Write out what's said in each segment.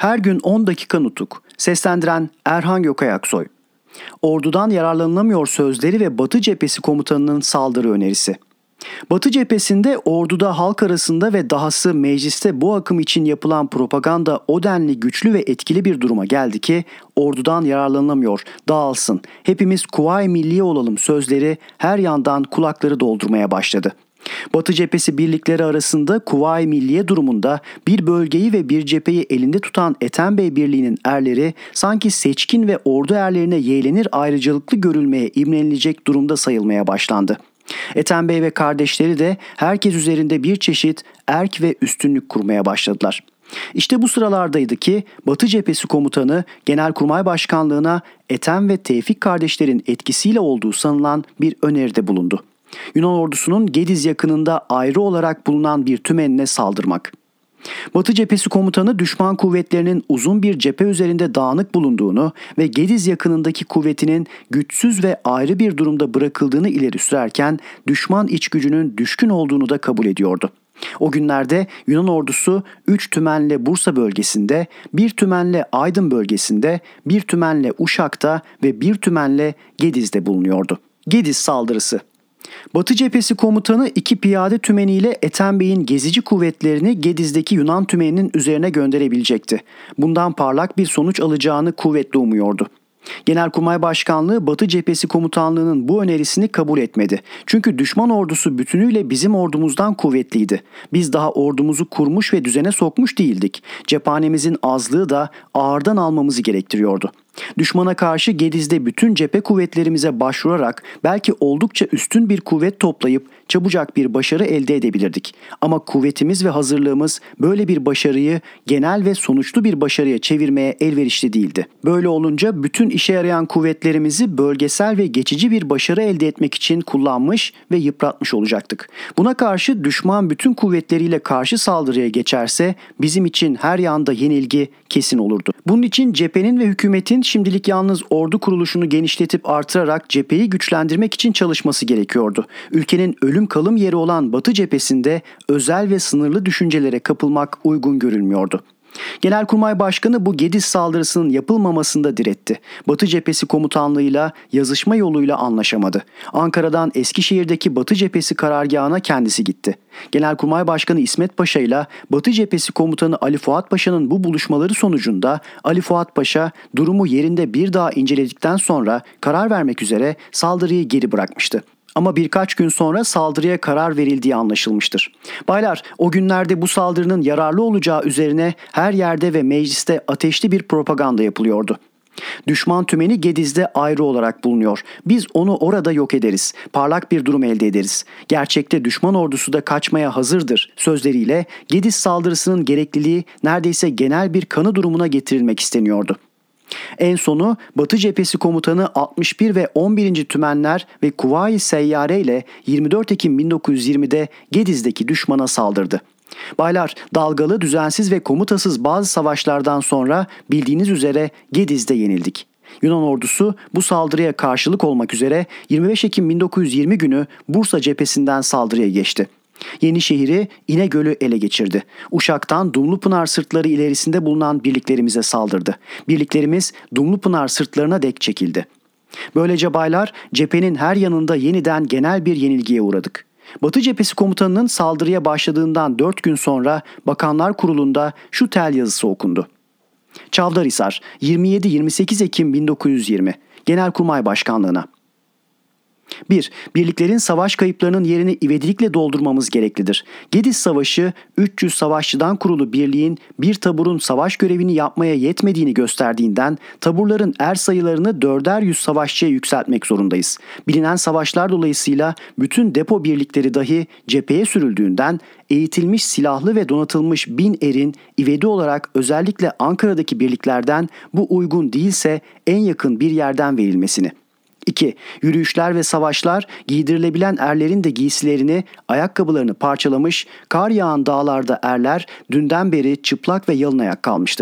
Her gün 10 dakika nutuk. Seslendiren Erhan Gökayaksoy. Ordudan yararlanılamıyor sözleri ve Batı Cephesi komutanının saldırı önerisi. Batı cephesinde orduda, halk arasında ve dahası mecliste bu akım için yapılan propaganda o denli güçlü ve etkili bir duruma geldi ki ordudan yararlanılamıyor, dağılsın, hepimiz Kuvayi Milliye olalım sözleri her yandan kulakları doldurmaya başladı. Batı cephesi birlikleri arasında Kuvayi Milliye durumunda bir bölgeyi ve bir cepheyi elinde tutan Ethem Birliği'nin erleri sanki seçkin ve ordu erlerine yeğlenir ayrıcalıklı görülmeye imrenilecek durumda sayılmaya başlandı. Ethem Bey ve kardeşleri de herkes üzerinde bir çeşit erk ve üstünlük kurmaya başladılar. İşte bu sıralardaydı ki Batı Cephesi Komutanı Genelkurmay Başkanlığı'na Ethem ve Tevfik kardeşlerin etkisiyle olduğu sanılan bir öneride bulundu. Yunan ordusunun Gediz yakınında ayrı olarak bulunan bir tümenine saldırmak. Batı Cephesi Komutanı düşman kuvvetlerinin uzun bir cephe üzerinde dağınık bulunduğunu ve Gediz yakınındaki kuvvetinin güçsüz ve ayrı bir durumda bırakıldığını ileri sürerken düşman iç gücünün düşkün olduğunu da kabul ediyordu. O günlerde Yunan ordusu 3 tümenle Bursa bölgesinde, 1 tümenle Aydın bölgesinde, 1 tümenle Uşak'ta ve 1 tümenle Gediz'de bulunuyordu. Gediz saldırısı. Batı Cephesi Komutanı 2 piyade tümeniyle Ethem Bey'in gezici kuvvetlerini Gediz'deki Yunan tümeninin üzerine gönderebilecekti. Bundan parlak bir sonuç alacağını kuvvetle umuyordu. Genelkurmay Başkanlığı Batı Cephesi Komutanlığı'nın bu önerisini kabul etmedi. Çünkü düşman ordusu bütünüyle bizim ordumuzdan kuvvetliydi. Biz daha ordumuzu kurmuş ve düzene sokmuş değildik. Cephanemizin azlığı da ağırdan almamızı gerektiriyordu. Düşmana karşı Gediz'de bütün cephe kuvvetlerimize başvurarak belki oldukça üstün bir kuvvet toplayıp çabucak bir başarı elde edebilirdik. Ama kuvvetimiz ve hazırlığımız böyle bir başarıyı genel ve sonuçlu bir başarıya çevirmeye elverişli değildi. Böyle olunca bütün işe yarayan kuvvetlerimizi bölgesel ve geçici bir başarı elde etmek için kullanmış ve yıpratmış olacaktık. Buna karşı düşman bütün kuvvetleriyle karşı saldırıya geçerse bizim için her yanda yenilgi kesin olurdu. Bunun için cephenin ve hükümetin şimdilik yalnız ordu kuruluşunu genişletip artırarak cepheyi güçlendirmek için çalışması gerekiyordu. Ülkenin ölüm kalım yeri olan Batı cephesinde özel ve sınırlı düşüncelere kapılmak uygun görülmüyordu. Genelkurmay Başkanı bu Gediz saldırısının yapılmamasında diretti. Batı Cephesi Komutanlığı'yla yazışma yoluyla anlaşamadı. Ankara'dan Eskişehir'deki Batı Cephesi karargahına kendisi gitti. Genelkurmay Başkanı İsmet Paşa ile Batı Cephesi Komutanı Ali Fuat Paşa'nın bu buluşmaları sonucunda Ali Fuat Paşa durumu yerinde bir daha inceledikten sonra karar vermek üzere saldırıyı geri bırakmıştı. Ama birkaç gün sonra saldırıya karar verildiği anlaşılmıştır. Baylar, o günlerde bu saldırının yararlı olacağı üzerine her yerde ve mecliste ateşli bir propaganda yapılıyordu. Düşman tümeni Gediz'de ayrı olarak bulunuyor. Biz onu orada yok ederiz. Parlak bir durum elde ederiz. Gerçekte düşman ordusu da kaçmaya hazırdır sözleriyle Gediz saldırısının gerekliliği neredeyse genel bir kanı durumuna getirilmek isteniyordu. En sonu Batı Cephesi Komutanı 61 ve 11. Tümenler ve Kuvayi Seyyare ile 24 Ekim 1920'de Gediz'deki düşmana saldırdı. Baylar, dalgalı, düzensiz ve komutasız bazı savaşlardan sonra bildiğiniz üzere Gediz'de yenildik. Yunan ordusu bu saldırıya karşılık olmak üzere 25 Ekim 1920 günü Bursa cephesinden saldırıya geçti. Yenişehir'i, İnegöl'ü ele geçirdi. Uşak'tan Dumlupınar sırtları ilerisinde bulunan birliklerimize saldırdı. Birliklerimiz Dumlupınar sırtlarına dek çekildi. Böylece baylar, cephenin her yanında yeniden genel bir yenilgiye uğradık. Batı Cephesi Komutanı'nın saldırıya başladığından 4 gün sonra Bakanlar Kurulu'nda şu tel yazısı okundu. Çavdarhisar, 27-28 Ekim 1920, Genelkurmay Başkanlığı'na. 1. Birliklerin savaş kayıplarının yerini ivedilikle doldurmamız gereklidir. Gediz Savaşı 300 savaşçıdan kurulu birliğin bir taburun savaş görevini yapmaya yetmediğini gösterdiğinden taburların er sayılarını 4'er 100 savaşçıya yükseltmek zorundayız. Bilinen savaşlar dolayısıyla bütün depo birlikleri dahi cepheye sürüldüğünden eğitilmiş, silahlı ve donatılmış 1000 erin ivedi olarak özellikle Ankara'daki birliklerden bu uygun değilse en yakın bir yerden verilmesini. 2. Yürüyüşler ve savaşlar giydirilebilen erlerin de giysilerini, ayakkabılarını parçalamış, kar yağan dağlarda erler dünden beri çıplak ve yalın ayak kalmıştır.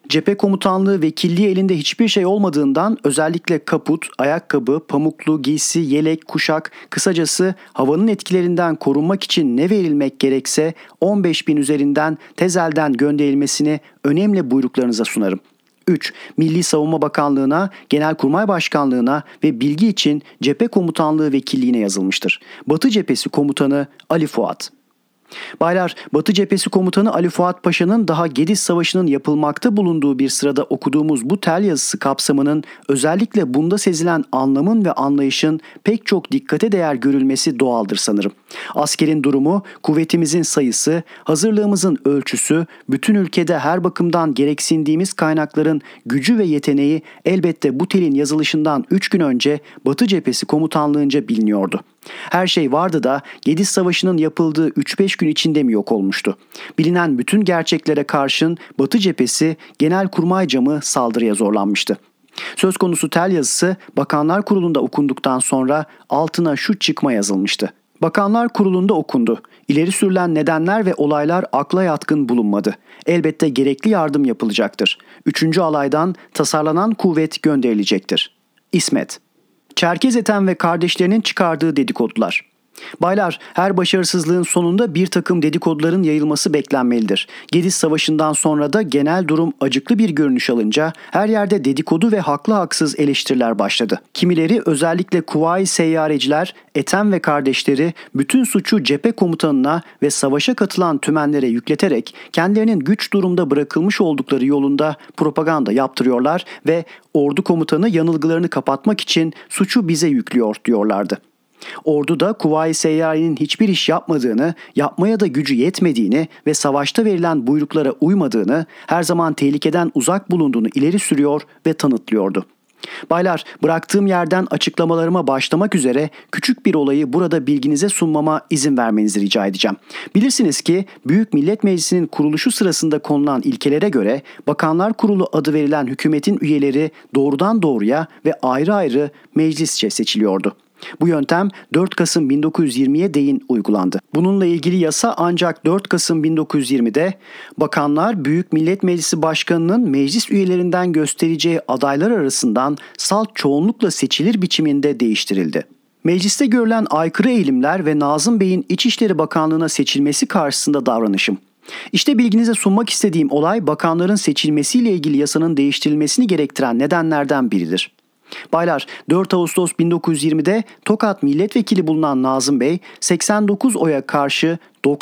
Cephe komutanlığı vekilliği elinde hiçbir şey olmadığından özellikle kaput, ayakkabı, pamuklu giysi, yelek, kuşak, kısacası havanın etkilerinden korunmak için ne verilmek gerekse 15.000 üzerinden tezelden gönderilmesini önemli buyruklarınıza sunarım. 3. Milli Savunma Bakanlığı'na, Genelkurmay Başkanlığı'na ve bilgi için Cephe Komutanlığı Vekilliğine yazılmıştır. Batı Cephesi Komutanı Ali Fuat. Baylar, Batı Cephesi Komutanı Ali Fuat Paşa'nın daha Gediz Savaşı'nın yapılmakta bulunduğu bir sırada okuduğumuz bu tel yazısı kapsamının özellikle bunda sezilen anlamın ve anlayışın pek çok dikkate değer görülmesi doğaldır sanırım. Askerin durumu, kuvvetimizin sayısı, hazırlığımızın ölçüsü, bütün ülkede her bakımdan gereksindiğimiz kaynakların gücü ve yeteneği elbette bu telin yazılışından 3 gün önce Batı Cephesi Komutanlığı'nca biliniyordu. Her şey vardı da Gediz Savaşı'nın yapıldığı 3-5 gün içinde mi yok olmuştu? Bilinen bütün gerçeklere karşın Batı Cephesi Genelkurmayca mı saldırıya zorlanmıştı? Söz konusu tel yazısı Bakanlar Kurulu'nda okunduktan sonra altına şu çıkma yazılmıştı. Bakanlar Kurulu'nda okundu. İleri sürülen nedenler ve olaylar akla yatkın bulunmadı. Elbette gerekli yardım yapılacaktır. 3. alaydan tasarlanan kuvvet gönderilecektir. İsmet. Çerkez Ethem ve kardeşlerinin çıkardığı dedikodular. Baylar, her başarısızlığın sonunda bir takım dedikoduların yayılması beklenmelidir. Gediz Savaşı'ndan sonra da genel durum acıklı bir görünüş alınca her yerde dedikodu ve haklı haksız eleştiriler başladı. Kimileri özellikle Kuvayi Seyyareciler, Ethem ve kardeşleri bütün suçu cephe komutanına ve savaşa katılan tümenlere yükleterek kendilerinin güç durumda bırakılmış oldukları yolunda propaganda yaptırıyorlar ve ordu komutanı yanılgılarını kapatmak için suçu bize yüklüyor diyorlardı. Ordu da Kuvayi Seyyari'nin hiçbir iş yapmadığını, yapmaya da gücü yetmediğini ve savaşta verilen buyruklara uymadığını, her zaman tehlikeden uzak bulunduğunu ileri sürüyor ve tanıtlıyordu. Baylar, bıraktığım yerden açıklamalarıma başlamak üzere küçük bir olayı burada bilginize sunmama izin vermenizi rica edeceğim. Bilirsiniz ki Büyük Millet Meclisi'nin kuruluşu sırasında konulan ilkelere göre Bakanlar Kurulu adı verilen hükümetin üyeleri doğrudan doğruya ve ayrı ayrı meclisçe seçiliyordu. Bu yöntem 4 Kasım 1920'ye değin uygulandı. Bununla ilgili yasa ancak 4 Kasım 1920'de bakanlar Büyük Millet Meclisi Başkanı'nın meclis üyelerinden göstereceği adaylar arasından salt çoğunlukla seçilir biçiminde değiştirildi. Mecliste görülen aykırı eğilimler ve Nazım Bey'in İçişleri Bakanlığı'na seçilmesi karşısında davranışım. İşte bilginize sunmak istediğim olay bakanların seçilmesiyle ilgili yasanın değiştirilmesini gerektiren nedenlerden biridir. Baylar, 4 Ağustos 1920'de Tokat Milletvekili bulunan Nazım Bey 89 oya karşı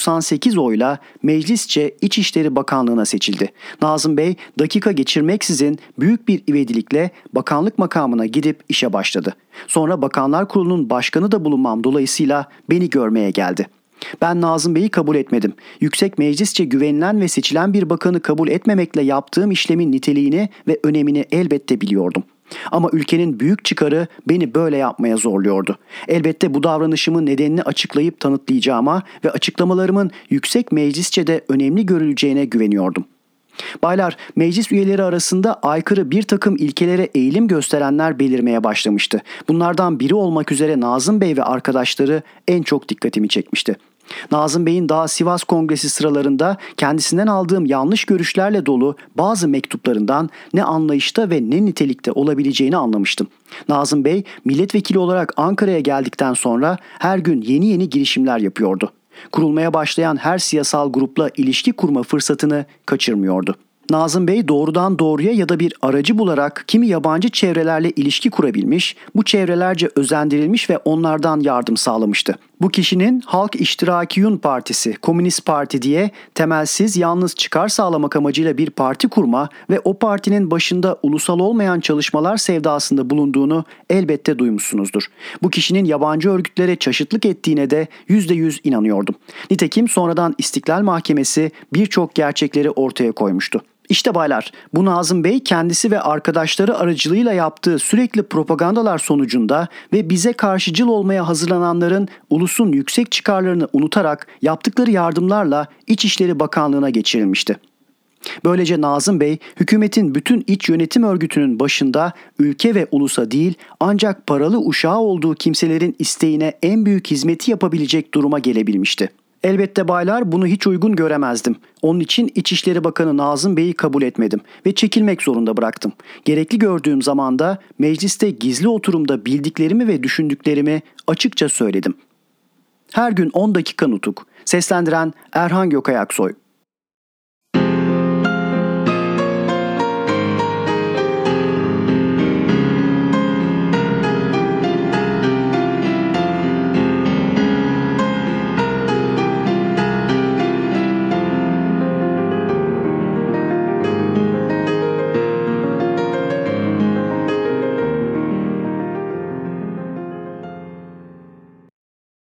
98 oyla meclisçe İçişleri Bakanlığı'na seçildi. Nazım Bey dakika geçirmeksizin büyük bir ivedilikle bakanlık makamına gidip işe başladı. Sonra Bakanlar Kurulu'nun başkanı da bulunmam dolayısıyla beni görmeye geldi. Ben Nazım Bey'i kabul etmedim. Yüksek meclisçe güvenilen ve seçilen bir bakanı kabul etmemekle yaptığım işlemin niteliğini ve önemini elbette biliyordum. Ama ülkenin büyük çıkarı beni böyle yapmaya zorluyordu. Elbette bu davranışımın nedenini açıklayıp tanıtlayacağıma ve açıklamalarımın yüksek meclisçe de önemli görüleceğine güveniyordum. Baylar, meclis üyeleri arasında aykırı bir takım ilkelere eğilim gösterenler belirmeye başlamıştı. Bunlardan biri olmak üzere Nazım Bey ve arkadaşları en çok dikkatimi çekmişti. Nazım Bey'in daha Sivas Kongresi sıralarında kendisinden aldığım yanlış görüşlerle dolu bazı mektuplarından ne anlayışta ve ne nitelikte olabileceğini anlamıştım. Nazım Bey milletvekili olarak Ankara'ya geldikten sonra her gün yeni girişimler yapıyordu. Kurulmaya başlayan her siyasal grupla ilişki kurma fırsatını kaçırmıyordu. Nazım Bey doğrudan doğruya ya da bir aracı bularak kimi yabancı çevrelerle ilişki kurabilmiş, bu çevrelerce özendirilmiş ve onlardan yardım sağlamıştı. Bu kişinin Halk İştirakiyun Partisi, Komünist Parti diye temelsiz yalnız çıkar sağlamak amacıyla bir parti kurma ve o partinin başında ulusal olmayan çalışmalar sevdasında bulunduğunu elbette duymuşsunuzdur. Bu kişinin yabancı örgütlere çaşıtlık ettiğine de %100 inanıyordum. Nitekim sonradan İstiklal Mahkemesi birçok gerçekleri ortaya koymuştu. İşte baylar, bu Nazım Bey kendisi ve arkadaşları aracılığıyla yaptığı sürekli propagandalar sonucunda ve bize karşıcıl olmaya hazırlananların ulusun yüksek çıkarlarını unutarak yaptıkları yardımlarla İçişleri Bakanlığı'na geçirilmişti. Böylece Nazım Bey, hükümetin bütün iç yönetim örgütünün başında ülke ve ulusa değil ancak paralı uşağı olduğu kimselerin isteğine en büyük hizmeti yapabilecek duruma gelebilmişti. Elbette baylar, bunu hiç uygun göremezdim. Onun için İçişleri Bakanı Nazım Bey'i kabul etmedim ve çekilmek zorunda bıraktım. Gerekli gördüğüm zaman da mecliste gizli oturumda bildiklerimi ve düşündüklerimi açıkça söyledim. Her gün 10 dakika nutuk. Seslendiren Erhan Gökayaksoy.